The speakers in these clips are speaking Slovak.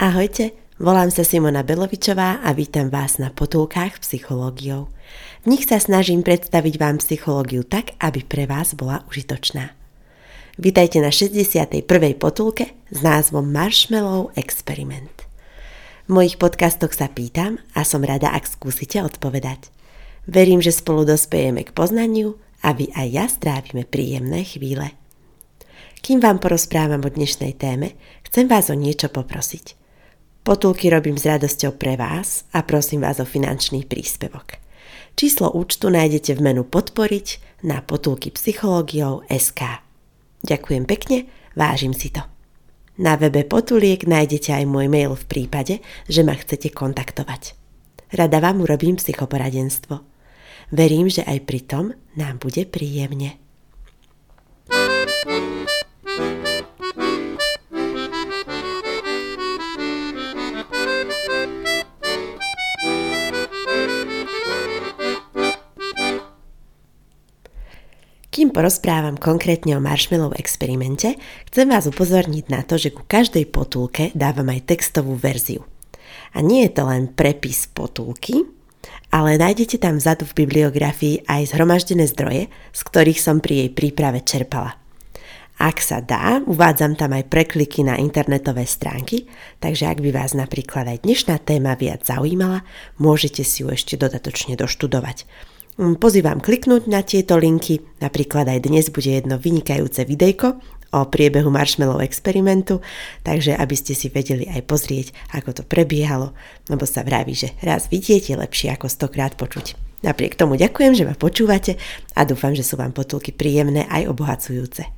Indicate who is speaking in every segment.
Speaker 1: Ahojte, volám sa Simona Belovičová a vítam vás na Potulkách psychológiou. V nich sa snažím predstaviť vám psychológiu tak, aby pre vás bola užitočná. Vítajte na 61. potulke s názvom Marshmallow Experiment. V mojich podcastoch sa pýtam a som rada, ak skúsite odpovedať. Verím, že spolu dospejeme k poznaniu a vy aj ja strávime príjemné chvíle. Kým vám porozprávam o dnešnej téme, chcem vás o niečo poprosiť. Potulky robím s radosťou pre vás a prosím vás o finančný príspevok. Číslo účtu nájdete v menu Podporiť na potulkypsychológiou.sk. Ďakujem pekne, vážim si to. Na webe Potuliek nájdete aj môj mail v prípade, že ma chcete kontaktovať. Rada vám urobím psychoporadenstvo. Verím, že aj pri tom nám bude príjemne. Kým porozprávam konkrétne o Marshmallow experimente, chcem vás upozorniť na to, že ku každej potulke dávam aj textovú verziu. A nie je to len prepis potulky, ale nájdete tam vzadu v bibliografii aj zhromaždené zdroje, z ktorých som pri jej príprave čerpala. Ak sa dá, uvádzam tam aj prekliky na internetové stránky, takže ak by vás napríklad aj dnešná téma viac zaujímala, môžete si ju ešte dodatočne doštudovať. Pozývam kliknúť na tieto linky, napríklad aj dnes bude jedno vynikajúce videjko o priebehu Marshmallow experimentu, takže aby ste si vedeli aj pozrieť, ako to prebiehalo, lebo sa vraví, že raz vidieť je lepšie ako 100-krát počuť. Napriek tomu ďakujem, že ma počúvate a dúfam, že sú vám potulky príjemné aj obohacujúce.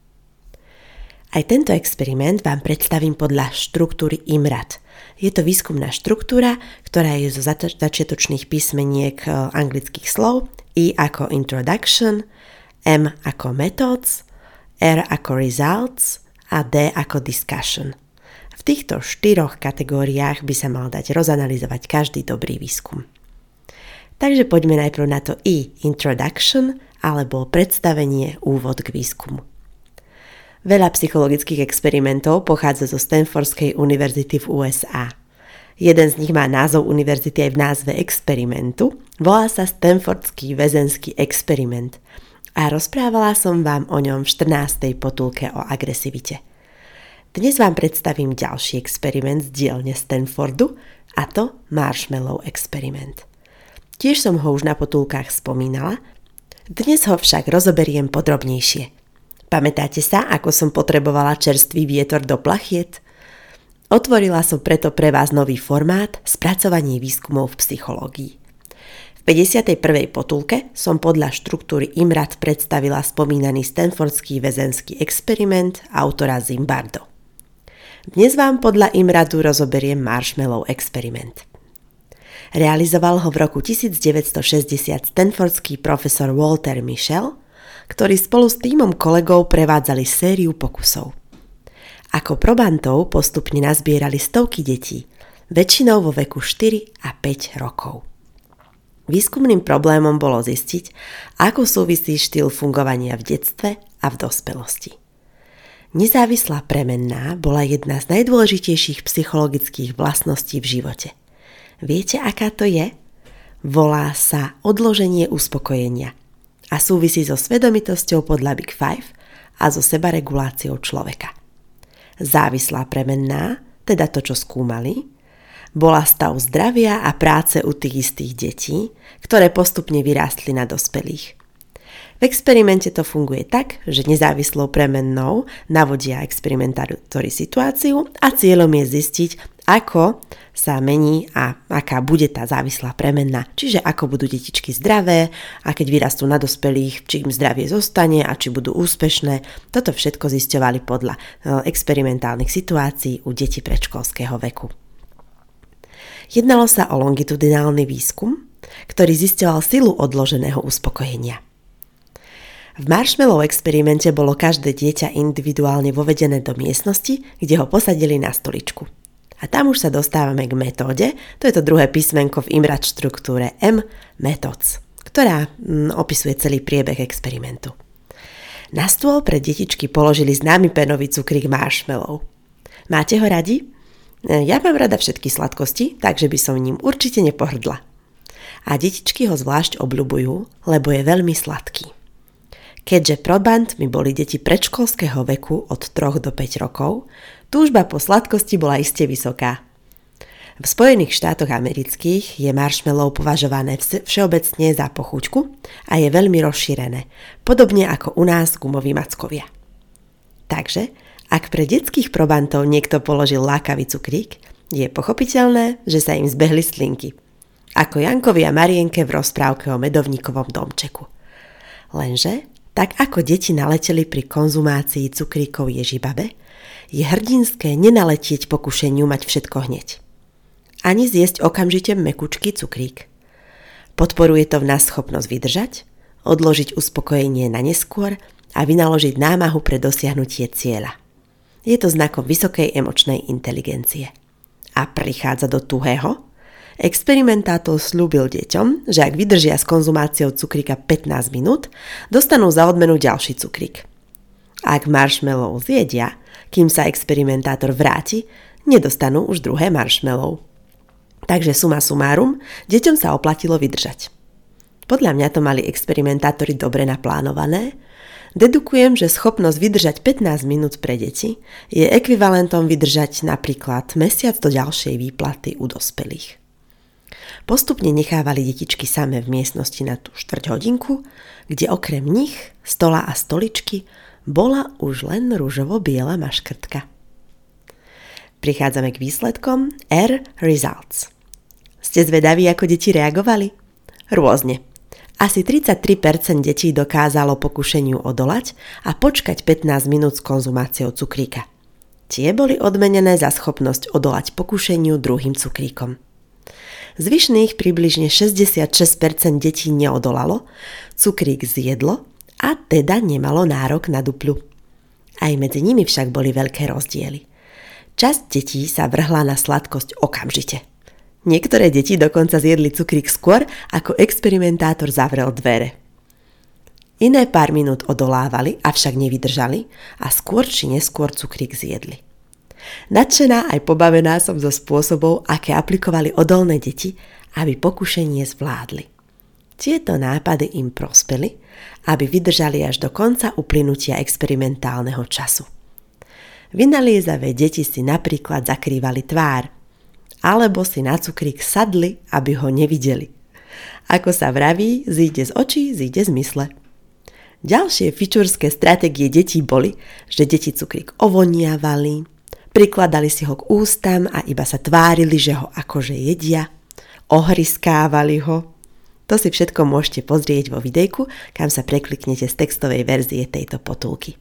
Speaker 1: Aj tento experiment vám predstavím podľa štruktúry IMRAD. Je to výskumná štruktúra, ktorá je zo začiatočných písmeniek anglických slov I ako introduction, M ako methods, R ako results a D ako discussion. V týchto 4 kategóriách by sa mal dať rozanalizovať každý dobrý výskum. Takže poďme najprv na to I, introduction, alebo predstavenie, úvod k výskumu. Veľa psychologických experimentov pochádza zo Stanfordskej univerzity v USA. Jeden z nich má názov univerzity aj v názve experimentu, volá sa Stanfordský väzenský experiment a rozprávala som vám o ňom v 14. potulke o agresivite. Dnes vám predstavím ďalší experiment z dielne Stanfordu a to Marshmallow experiment. Tiež som ho už na potulkách spomínala, dnes ho však rozoberiem podrobnejšie. Pamätáte sa, ako som potrebovala čerstvý vietor do plachiet? Otvorila som preto pre vás nový formát spracovanie výskumov v psychológii. V 51. potulke som podľa štruktúry IMRAD predstavila spomínaný Stanfordský väzenský experiment autora Zimbardo. Dnes vám podľa IMRADu rozoberiem Marshmallow experiment. Realizoval ho v roku 1960 stanfordský profesor Walter Mischel, ktorí spolu s tímom kolegov prevádzali sériu pokusov. Ako probantov postupne nazbierali stovky detí, väčšinou vo veku 4 a 5 rokov. Výskumným problémom bolo zistiť, ako súvisí štýl fungovania v detstve a v dospelosti. Nezávislá premenná bola jedna z najdôležitejších psychologických vlastností v živote. Viete, aká to je? Volá sa odloženie uspokojenia a súvisí so svedomitosťou podľa Big Five a so sebareguláciou človeka. Závislá premenná, teda to, čo skúmali, bola stav zdravia a práce u tých istých detí, ktoré postupne vyrástli na dospelých. V experimente to funguje tak, že nezávislou premennou navodia experimentátori situáciu a cieľom je zistiť, ako sa mení a aká bude tá závislá premenná. Čiže ako budú detičky zdravé a keď vyrastú na dospelých, či im zdravie zostane a či budú úspešné. Toto všetko zisťovali podľa experimentálnych situácií u detí predškolského veku. Jednalo sa o longitudinálny výskum, ktorý zisťoval silu odloženého uspokojenia. V Marshmallow experimente bolo každé dieťa individuálne vovedené do miestnosti, kde ho posadili na stoličku. A tam už sa dostávame k metóde, to je to druhé písmenko v IMRAD štruktúre M, methods, ktorá opisuje celý priebeh experimentu. Na stôl pre detičky položili známy penový cukrík marshmallow. Máte ho radi? Ja mám rada všetky sladkosti, takže by som ním určite nepohrdla. A detičky ho zvlášť obľubujú, lebo je veľmi sladký. Keďže probandmi boli deti predškolského veku od 3 do 5 rokov, túžba po sladkosti bola iste vysoká. V Spojených štátoch amerických je marshmallow považované všeobecne za pochúťku a je veľmi rozšírené, podobne ako u nás gumoví mackovia. Takže, ak pre detských probantov niekto položil lákavý cukrík, je pochopiteľné, že sa im zbehli slinky. Ako Jankovi a Marienke v rozprávke o medovníkovom domčeku. Lenže, tak ako deti naleteli pri konzumácii cukríkov Ježibabe, je hrdinské nenaletieť pokušeniu mať všetko hneď. Ani zjesť okamžite mekučký cukrík. Podporuje to v nás schopnosť vydržať, odložiť uspokojenie na neskôr a vynaložiť námahu pre dosiahnutie cieľa. Je to znakom vysokej emočnej inteligencie. A prichádza do tuhého? Experimentátor sľúbil deťom, že ak vydržia s konzumáciou cukríka 15 minút, dostanú za odmenu ďalší cukrík. Ak marshmallow zjedia, kým sa experimentátor vráti, nedostanú už druhé marshmallow. Takže suma sumárum, deťom sa oplatilo vydržať. Podľa mňa to mali experimentátori dobre naplánované. Dedukujem, že schopnosť vydržať 15 minút pre deti je ekvivalentom vydržať napríklad mesiac do ďalšej výplaty u dospelých. Postupne nechávali detičky samé v miestnosti na tú 4 hodinku, kde okrem nich, stola a stoličky, bola už len ružovo-biela maškrtka. Prichádzame k výsledkom Results. Ste zvedaví, ako deti reagovali? Rôzne. Asi 33% detí dokázalo pokušeniu odolať a počkať 15 minút s konzumáciou cukríka. Tie boli odmenené za schopnosť odolať pokušeniu druhým cukríkom. Zvyšných približne 66% detí neodolalo, cukrík zjedlo a teda nemalo nárok na dupľu. Aj medzi nimi však boli veľké rozdiely. Časť detí sa vrhla na sladkosť okamžite. Niektoré deti dokonca zjedli cukrík skôr, ako experimentátor zavrel dvere. Iné pár minút odolávali, avšak nevydržali a skôr či neskôr cukrík zjedli. Nadšená aj pobavená som zo spôsobov, aké aplikovali odolné deti, aby pokušenie zvládli. Tieto nápady im prospeli, aby vydržali až do konca uplynutia experimentálneho času. Vynaliezavé deti si napríklad zakrývali tvár, alebo si na cukrík sadli, aby ho nevideli. Ako sa vraví, zíde z očí, zíde z mysle. Ďalšie fičurské stratégie detí boli, že deti cukrík ovoniavali, prikladali si ho k ústam a iba sa tvárili, že ho akože jedia, ohryskávali ho. To si všetko môžete pozrieť vo videjku, kam sa prekliknete z textovej verzie tejto potulky.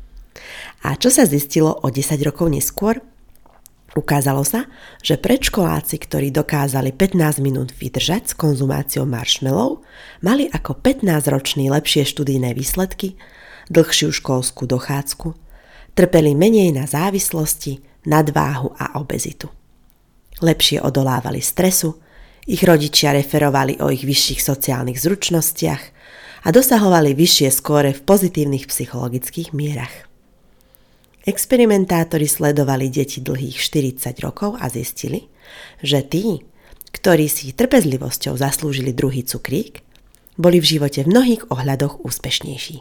Speaker 1: A čo sa zistilo o 10 rokov neskôr? Ukázalo sa, že predškoláci, ktorí dokázali 15 minút vydržať s konzumáciou marshmallow, mali ako 15-roční lepšie študijné výsledky, dlhšiu školskú dochádzku, trpeli menej na závislosti, nadváhu a obezitu. Lepšie odolávali stresu, ich rodičia referovali o ich vyšších sociálnych zručnostiach a dosahovali vyššie skóre v pozitívnych psychologických mierach. Experimentátori sledovali deti dlhých 40 rokov a zistili, že tí, ktorí si trpezlivosťou zaslúžili druhý cukrík, boli v živote v mnohých ohľadoch úspešnejší.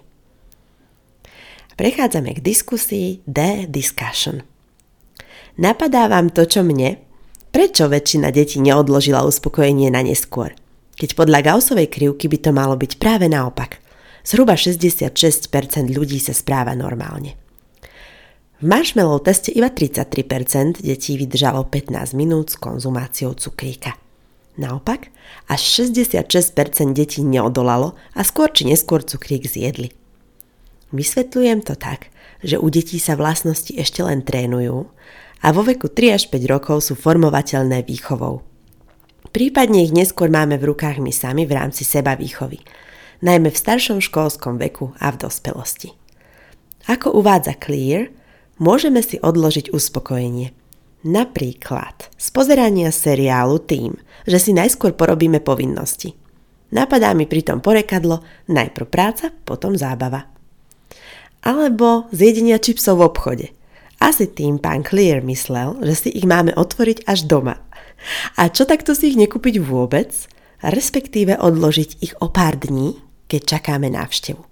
Speaker 1: Prechádzame k diskusii The Discussion. Napadá vám to, čo mne? Prečo väčšina detí neodložila uspokojenie na neskôr? Keď podľa Gaussovej krivky by to malo byť práve naopak. Zhruba 66% ľudí sa správa normálne. V marshmallow teste iba 33% detí vydržalo 15 minút s konzumáciou cukríka. Naopak, až 66% detí neodolalo a skôr či neskôr cukrík zjedli. Vysvetľujem to tak, že u detí sa vlastnosti ešte len trénujú a vo veku 3 až 5 rokov sú formovateľné výchovou. Prípadne ich neskôr máme v rukách my sami v rámci seba výchovy, najmä v staršom školskom veku a v dospelosti. Ako uvádza Clear, môžeme si odložiť uspokojenie. Napríklad z pozerania seriálu tým, že si najskôr porobíme povinnosti. Napadá mi pritom porekadlo najprv práca, potom zábava. Alebo z jedenia čipsov v obchode. Asi tým pán Clear myslel, že si ich máme otvoriť až doma. A čo takto si ich nekúpiť vôbec, respektíve odložiť ich o pár dní, keď čakáme návštevu.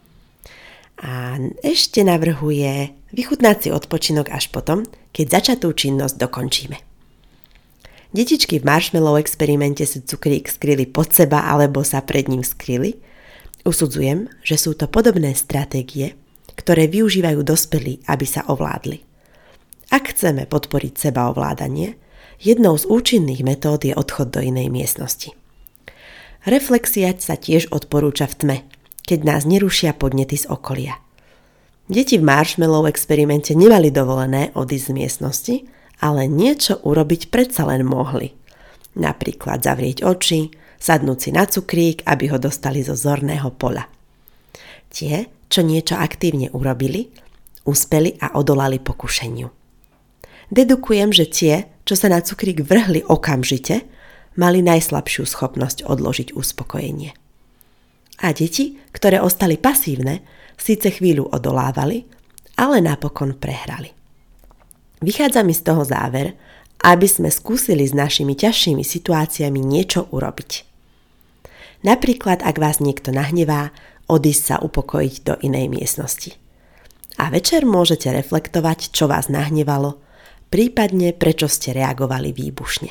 Speaker 1: A ešte navrhuje vychutnať si odpočinok až potom, keď začatú činnosť dokončíme. Detičky v marshmallow experimente si cukrík skryli pod seba alebo sa pred ním skryli. Usudzujem, že sú to podobné stratégie, ktoré využívajú dospelí, aby sa ovládli. Ak chceme podporiť sebaovládanie, jednou z účinných metód je odchod do inej miestnosti. Reflexia sa tiež odporúča v tme, keď nás nerušia podnety z okolia. Deti v marshmallow experimente nemali dovolené odísť z miestnosti, ale niečo urobiť predsa len mohli. Napríklad zavrieť oči, sadnúť si na cukrík, aby ho dostali zo zorného poľa. Tie, čo niečo aktívne urobili, uspeli a odolali pokušeniu. Dedukujem, že tie, čo sa na cukrík vrhli okamžite, mali najslabšiu schopnosť odložiť uspokojenie. A deti, ktoré ostali pasívne, síce chvíľu odolávali, ale napokon prehrali. Vychádza mi z toho záver, aby sme skúsili s našimi ťažšími situáciami niečo urobiť. Napríklad, ak vás niekto nahnevá, odísť sa upokojiť do inej miestnosti. A večer môžete reflektovať, čo vás nahnevalo, prípadne prečo ste reagovali výbušne.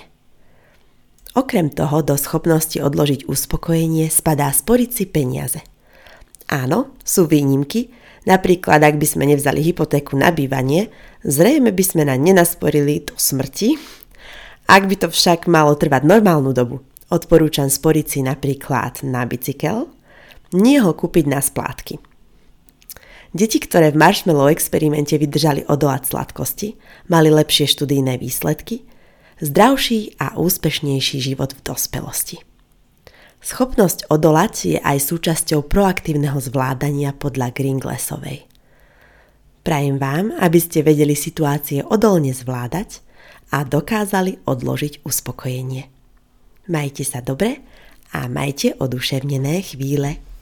Speaker 1: Okrem toho do schopnosti odložiť uspokojenie spadá sporiť si peniaze. Áno, sú výnimky, napríklad ak by sme nevzali hypotéku na bývanie, zrejme by sme na nenasporili do smrti. Ak by to však malo trvať normálnu dobu, odporúčam sporiť si napríklad na bicykel, nie ho kúpiť na splátky. Deti, ktoré v marshmallow experimente vydržali odolať sladkosti, mali lepšie študijné výsledky, zdravší a úspešnejší život v dospelosti. Schopnosť odolať je aj súčasťou proaktívneho zvládania podľa Greenglassovej. Prajem vám, aby ste vedeli situácie odolne zvládať a dokázali odložiť uspokojenie. Majte sa dobre a majte oduševnené chvíle.